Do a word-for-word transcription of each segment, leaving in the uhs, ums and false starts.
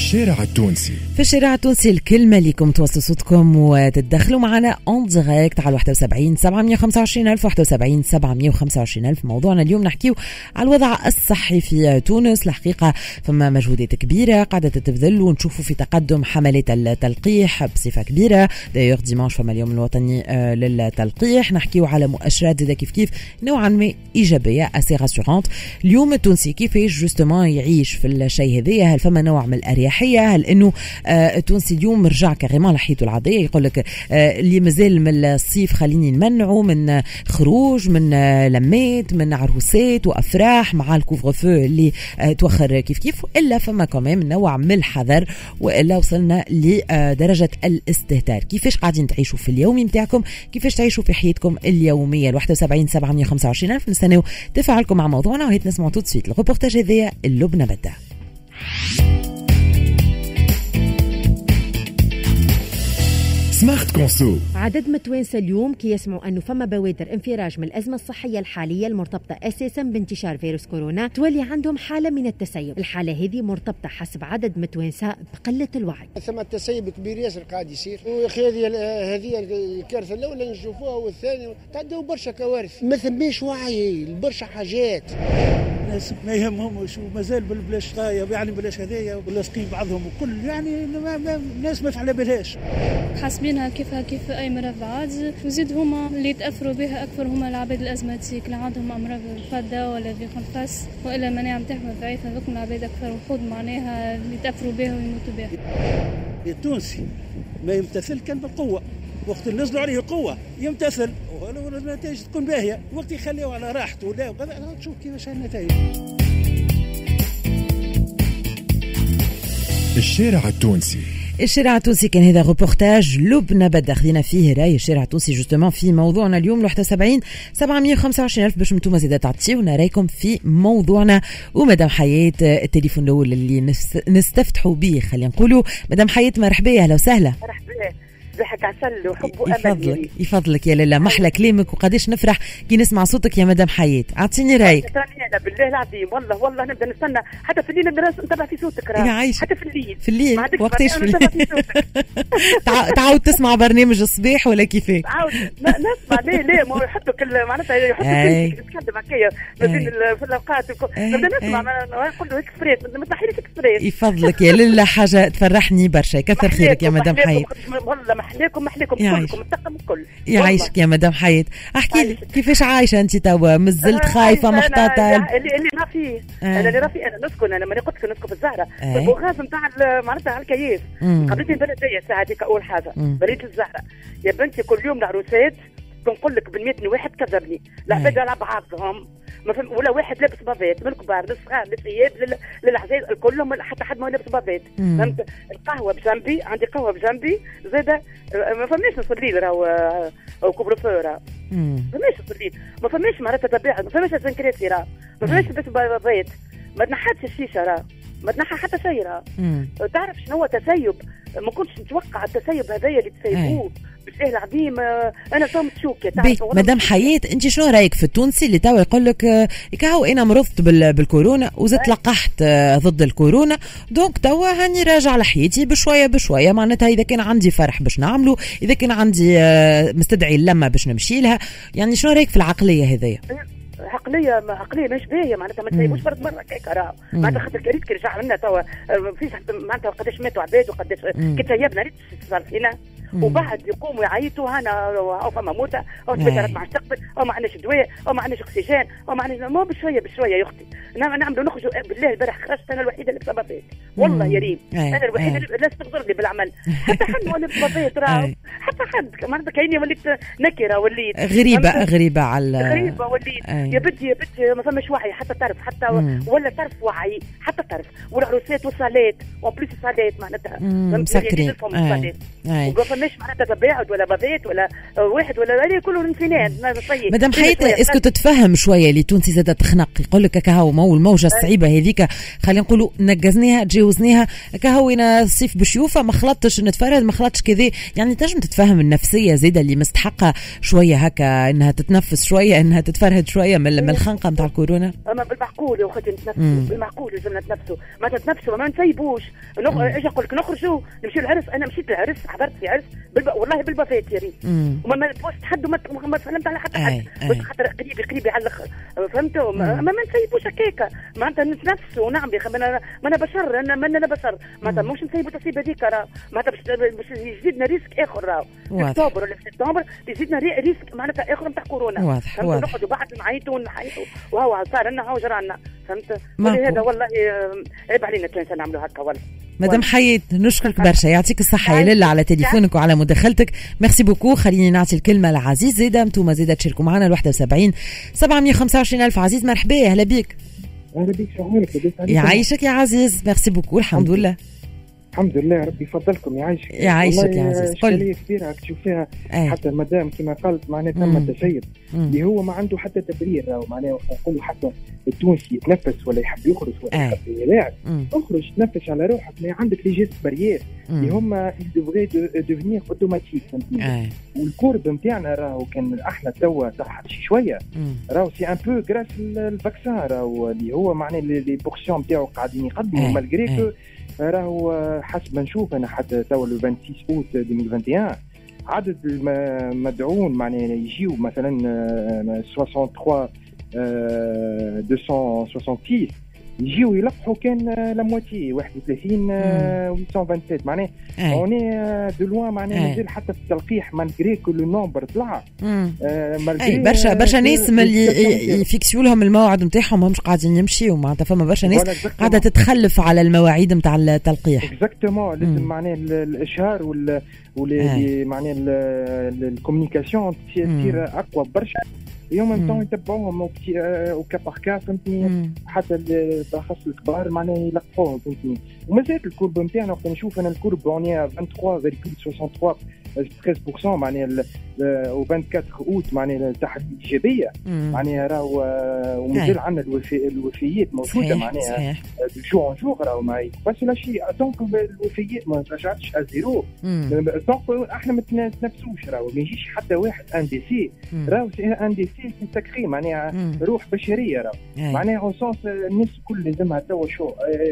الشارع التونسي. في الشارع التونسي الكلمة ليكم توصلوا صوتكم وتتدخلوا معنا اون ديريكت على واحد وسبعين سبعمية وخمسة وعشرين ألف واحد وسبعين سبعمية وخمسة وعشرين ألف. موضوعنا اليوم نحكيو على الوضع الصحي في تونس. الحقيقة فما مجهودات كبيرة قاعدة تتبذل ونشوفوا في تقدم حملات التلقيح بصفة كبيرة. دايوغ ديمانش فما اليوم الوطني للتلقيح. نحكيو على مؤشرات زي كيف كيف نوعا ما إيجابية أسي راسورانت. اليوم التونسي كيفاش جوستومون يعيش في الشيء هذايا؟ هل فما نوع من الأريحية؟ هل إنه آه التونسي اليوم رجع كريمان لحيته العادية؟ يقول لك آه اللي مازال من الصيف خليني نمنعه من خروج، من آه لمات، من عروسات وأفراح مع الكوفر فو اللي آه توخر كيف كيف، إلا فما كمان نوع من الحذر وإلا وصلنا لدرجة الاستهتار. كيفاش قاعدين تعيشوا في اليومي متاعكم؟ كيفاش تعيشوا في حياتكم اليومية؟ واحد وسبعين سبعمية وخمسة وعشرين ألف. نستناو تفاعلكم مع موضوعنا وهيت نسمعوا تو سويت الريبورتاج هذايا اللبنة بدأ. سمارت كونسو. عدد متوانسة اليوم كي يسمعوا أنه فما بوادر انفراج من الأزمة الصحية الحالية المرتبطة أساسا بانتشار فيروس كورونا، تولي عندهم حالة من التسيب. الحالة هذه مرتبطة حسب عدد متوانسة بقلة الوعي. ثم التسيب كبير ياسر قاعد يصير، وأخي هذه هذه الكارثة الأولى نشوفوها والثانية تعدوا برشا كوارث، ما ثماش وعي برشا حاجات. الناس ما يهمهم شو مازال بالبلاش طايب، يعني بلاش هذايا ولاصقين بعضهم وكل، يعني الناس ما على بالهاش، حاسبينها كيفها كيف اي مرض عادي. وزيد هما اللي يتاثروا بها اكثر هما العباد الازماتيك اللي عندهم امراض الفاده ولا فيغ الفاس والا المناعه نتاعهم ضعيفه، ذوك العباد اكثر وحود معناها اللي يتاثروا بها ويموتوا بها. التونسي ما يمتثل كان بالقوه، وقت اللي نزلوا عليه قوه يمتثل والنتائج تكون باهيه، وقت يخليه على راحته ولا تشوف كيفاش النتائج. الشارع التونسي. الشارع التونسي كان هذا روبورتاج لبنى بدأ خذينا فيه راي الشارع التونسي جوستومون في موضوعنا اليوم واحد وسبعين سبعمية وخمسة وعشرين ألف باش نتوما زيادة تعطيونا رايكم في موضوعنا. ومدام حياة التليفون الأول اللي نستفتحوا به خلينا نقولوا. مدام حياة مرحبا، أهلا وسهلا. مرحبا، صحة عسل وحب وأمل. يفضلك يفضلك يا لالا، محلى كلامك وقديش نفرح كي نسمع صوتك يا مدام حياة. أعطيني رايك. أنا بالله العظيم والله والله نبدأ نستنى حتى في الليل نبدأ نتابع في صوتك راه. حتى في الليل في الليل وقتاش في الليل تعاود تسمع برنامج الصباح ولا كيفاه؟ تعاود نسمع. ليه ليه ما يحطوا كل معناتها يحطوا كل هكايا ما بين في الأوقات نبدأ نسمع. نقول له إكسبريس ما تحيليش إكسبريس. يفضلك يا لالا، حاجة تفرحني برشا. كثر خيرك يا مدام حياة. والله محليكم محليكم كلكم الطاقم الكل. يعيشك يا مدام حياة. احكي لي كيفاش عايشة انت توا؟ مازلت خايفة محتاطة؟ اللي اللي ما فيه انا اللي رافي انا نسكن انا ماني قلت نسكن في الزهرة في البوغاز نتاع معناتها على الكياس. قضيت البلدية الساعة هذيك اول حاجة بريت الزهرة يا بنتي. كل يوم العروسات نقول لك بالمئة واحد كذبني العباد على بعضهم ولا واحد لابس بافيت من الكبار للصغار للثياب للعزايز كلهم حتى حد ما لابس بافيت. فهمت؟ القهوه بجنبي، عندي قهوه بجنبي زاده ما فماش نصلي راه كوبر فورا ما فماش نصلي، ما فماش معناتها تبيع، ما فماش زنكريسي راه ما فماش لابس بافيت، ما تنحتش الشيشه راه ما تنحى حتى شيء راه. تعرف شنو هو تسيب؟ ما كنتش نتوقع التسيب هذايا اللي تسيبوه بالله العظيم. انا صومت شوكه. مدام حياة انت شنو رايك في التونسي اللي توا يقول لك كاو انا مرضت بالكورونا وزدت لقحت ضد الكورونا دونك توا هاني راجع لحياتي بشويه بشويه، معناتها اذا كان عندي فرح باش نعمله، اذا كان عندي مستدعي اللمه باش نمشي لها، يعني شنو رايك في العقليه هذيا؟ عقليه عقليه مش باهيه معناتها ما تسيبوش فرد مره كيك راه معناتها خاطر كريت كي رجع لنا توا فيش معناتها قداش ماتوا عباد وقداش كي تيبنا ريت صار فينا وبعد يقوموا يعيطوا هنا او فما موتة او تبدلت مع التقبل او ما عندناش دواء او ما عندناش اكسجين او ما عندناش مو بشويه بشويه يا اختي. نعملوا نخرجوا بالله البارح خرجت انا الوحيده اللي بصبابيت والله يا ريم انا الوحيده اللي لا تقدر لي بالعمل حتى حد ولا بصبابيت راه حتى حد معناتها كايني وليت نكره وليت غريبه غريبه على غريبه وليت يا بنتي يا بنتي ما فماش وعي حتى تعرف حتى ولا تعرف وعي حتى تعرف والعروسات والصالات وبليس الصالات معناتها مسكرين وما فماش معناتها تباعد ولا بذات ولا واحد ولا هذه كله انفناد. مدام حياتة اسكو تتفهم شويه اللي تونسي زاد تخنق يقول لك كهو مو الموجه الصعيبه هذيك خلينا نقولوا نجزناها تجاوزناها كهو انا الصيف بشيوفه ما خلطتش نتفرد ما خلطتش كذا يعني تنجم تتفهم النفسيه زاده اللي مستحقه شويه هكا انها تتنفس شويه انها تتفرهد شويه من الخنقه نتاع الكورونا. اما بالمعقول يا اختي نتنفسوا بالمعقول لازم نتنفسوا ما تتنفسوا ما نسيبوش ايش نقول لك نخرجوا نمشيو العرس. انا مشيت العرس حضرت في عرس بالب... والله بالبافات يا ريت وما ما بوست حد وما ما سلمت على حتى حد بس خاطر قريب قريب على الاخر فهمتوا ما ما نسيبوش هكاكا معناتها نتنفسوا ونعم يا اخي ما انا بشر انا ما انا بشر معناتها مش نسيبوا تصيب هذيك راه معناتها باش يزيدنا ريسك اخر راه في اكتوبر ولا في سبتمبر يزيدنا ريسك معناتها اخر نتاع كورونا. واضح واضح نقعدوا بعد نعيطوا ونحيطوا وهو صار لنا هو جرانا فهمت. ولهذا والله عيب علينا التونسيين نعملوا هكا والله. مدام حيات نشكرك برشا يعطيك الصحة يا لاله على تليفونك وعلى مداخلتك ميرسي بوكو. خليني نعطي الكلمة لعزيز زيدا انتوما زيدا تشاركوا معنا ال واحد وسبعين سبعمية وخمسة وعشرين ألف. عزيز مرحبا أهلا بيك. أهلا بيك شغالك يعيشك يا عزيز ميرسي بوكو الحمد لله. الحمد لله ربي يفضلكم يعيشك يعيشك يا عزيز. قل لي كبيرة تشوفيها حتى المدام كما قالت معناها تم تسيب اللي هو ما عنده حتى تبرير او معناها نقولوا حتى التونسي يتنفس ولا يحب يخرج ولا يحب يلاعب اخرج تنفس على روحك ما عندك لي جيست بريير اللي هما ديفغي ديفينير اوتوماتيك والكورب نتاعنا راهو كان احنا توا تحت شي شويه راهو سي ان بو غراس الفاكسان راهو اللي هو معناه لي بورسيون نتاعو قاعدين يقدموا مالغري كو راهو حسب ما نشوف انا حتى توا لو ستة وعشرين اوت ألفين وواحد وعشرين عدد المدعون معناه يجيو مثلا ثلاثة وستين مئتين وستة يجيو يلقحوا كان لا موتي واحد وثلاثين ثمانمية وسبعة وسبعين معناه اوني دو لوان معناه مازال حتى في التلقيح مالغري كو لو نومبر طلع اي برشا برشا ناس اللي يفيكسيو لهم الموعد نتاعهم همش قاعدين يمشيو معناتها فما برشا ناس قاعده تتخلف على المواعيد نتاع التلقيح. اكزاكتومون لازم معناه الاشهار وال واللي معناه الكومونيكاسيون تصير اقوى برشا يوم انتم يتبعوهم وكباركا فهمتني حتى بالاخص الكبار معناه يلقحوهم فهمتني. ومازال الكورب نتاعنا وقت نشوف انا الكورب اونيا اثنين وعشرين فاصلة ثلاثة وستين ثلاثة عشر بالمئة معناها و أربعة وعشرين اوت معناها تحت ايجابيه معناها راهو ومازال عندنا الوفيات موجوده معناها دو جو اون جو راهو ما يبقاش لا شيء دونك الوفيات ما رجعتش على زيرو دونك احنا ما نتنفسوش راهو ما يجيش حتى واحد ان دي سي راهو سي ان دي سي سي ساكري معناها روح بشريه راهو معناها اون سونس الناس الكل لازمها توا شو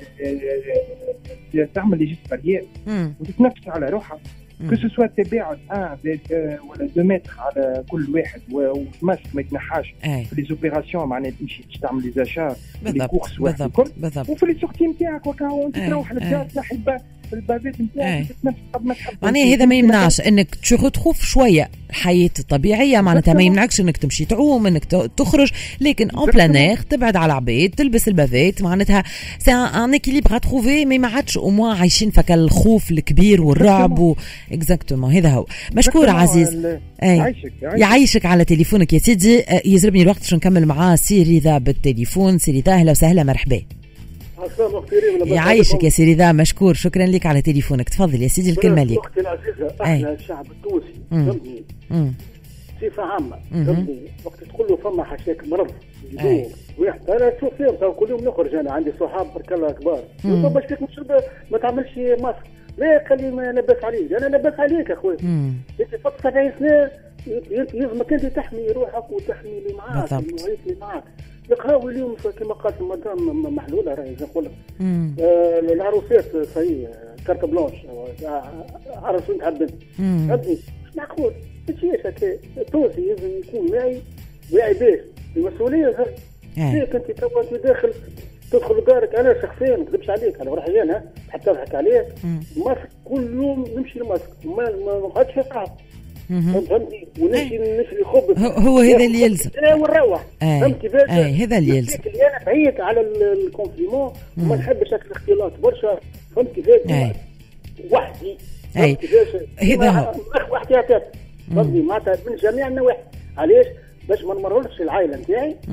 تعمل لي جيست باريير وتتنفس على روحها كو سو تباعد واحد ولا اثنين متر على كل واحد والماسك ما يتنحاش في لي زوبيراسيون معناها تمشي تستعمل لي زاشار لي كورس والكل وفي لي سورتي نتاعك وكا انت تروح للدار تحي البابات نتاعك تتنفس قد ما تحب معناها هذا ما يمنعش انك تخوف شويه الحياه الطبيعيه معناتها ما يمنعكش انك تمشي تعوم انك تخرج لكن اون بلانير تبعد على العباد تلبس البافات معناتها سي ان اكيليبر تروفي مي ما عادش او موان عايشين فك الخوف الكبير والرعب و اكزاكتومون هذا هو. مشكور عزيز يعيشك يعيشك على تليفونك يا سيدي. يزربني الوقت باش نكمل معاه سي رضا بالتليفون. سي رضا اهلا وسهلا مرحبا. يعيشك يا سيدي ذا مشكور شكرا لك على تليفونك. تفضل يا سيدي الكلمه لك. اختي العزيزه احنا الشعب التونسي فهمني بصفه عامه فهمني وقت تقول له فما حشاك مرض يدور واحد انا شوف فيهم كل يوم نخرج انا عندي صحاب برك الله كبار باش فيك ما تعملش ماسك لا خلي ما لبس عليك انا لبس عليك اخويا انت فوق سبعين سنه يلزمك انت تحمي روحك وتحمي اللي معاك المعيط اللي معاك. لقاو اليوم كما قالت المدام محلوله راهي نقول لك آه العروسات صحيح كارت بلانش عرس انت حبني حبني مش معقول ماشي هكا التونسي لازم يكون واعي واعي باش المسؤوليه هيك انت توا انت داخل تدخل دارك انا شخصيا ما نكذبش عليك انا روحي انا حتى نضحك عليك ماسك كل يوم نمشي لماسك ما ما نقعدش ساعه فهمتني ونمشي نشري خبز هو هذا اللي يلزم ونروح فهمت كيفاش هذا اللي يلزم. انا بعيد على الكونفينمون وما نحبش هكا الاختلاط برشا فهمت كيفاش وحدي اي هذا هو احتياطات فهمتني معناتها من جميع النواحي علاش باش ما نمررش العائله نتاعي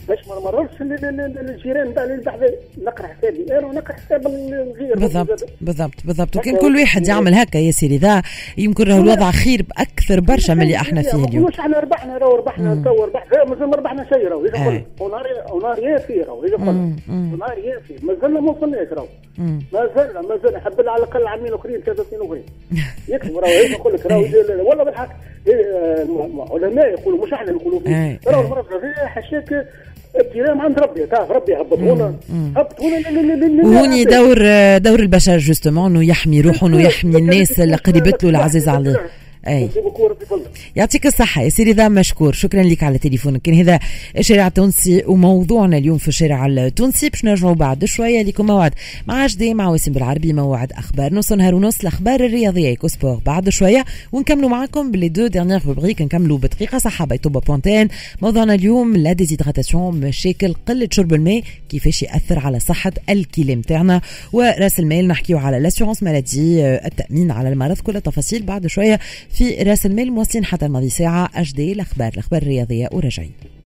باش ما نمررش الجيران بقى اللي بعد نقرا حسابي انا ونقرا حساب الغير. بالضبط بالضبط بالضبط. وكان كل واحد يعمل هكا يا سيدي ذا يمكن راه الوضع خير باكثر برشا من اللي احنا فيه اليوم. مش احنا ربحنا راه ربحنا تو ربحنا مازال ما ربحنا شيء راه يجي كل ونار ونار يافي راه يجي كل ونار يافي مازلنا ما وصلناش راه مازلنا مازال حب على الاقل عامين اخرين ثلاث سنين اخرين يكتب راه يجي نقول لك راه والله بالحق علماء يقولوا مش احنا نقولوا فيه راه المرض هذا حاشاك ابتلاء عند ربي تعرف ربي هبطونا هبطونا. وهوني دور دور البشر جوستومون انه يحمي روحه انه يحمي الناس اللي قريبت له العزيز عليه. اي يعطيك الصحة يا سيدي ذا مشكور. شكرا لك على تليفونك. كان هذا الشارع التونسي وموضوعنا اليوم في الشارع التونسي. باش نرجعوا بعد شوية لكم موعد مع جدي مع واسم بالعربي موعد أخبار نص نهار ونص الأخبار الرياضية إيكو سبور بعد شوية ونكملوا معكم باللي دو ديرنيير روبريك. نكملوا بدقيقة صحة بيتوبا بونتين. موضوعنا اليوم لا ديزيدراتاسيون مشاكل قلة شرب الماء كيفاش يأثر على صحة الكلى متاعنا وراس المال. نحكيو على لاسيورانس مالادي التأمين على المرض. كل التفاصيل بعد شوية في راس المال موصلين حتى الماضي ساعة. أجدي الأخبار الأخبار الرياضية وراجعين.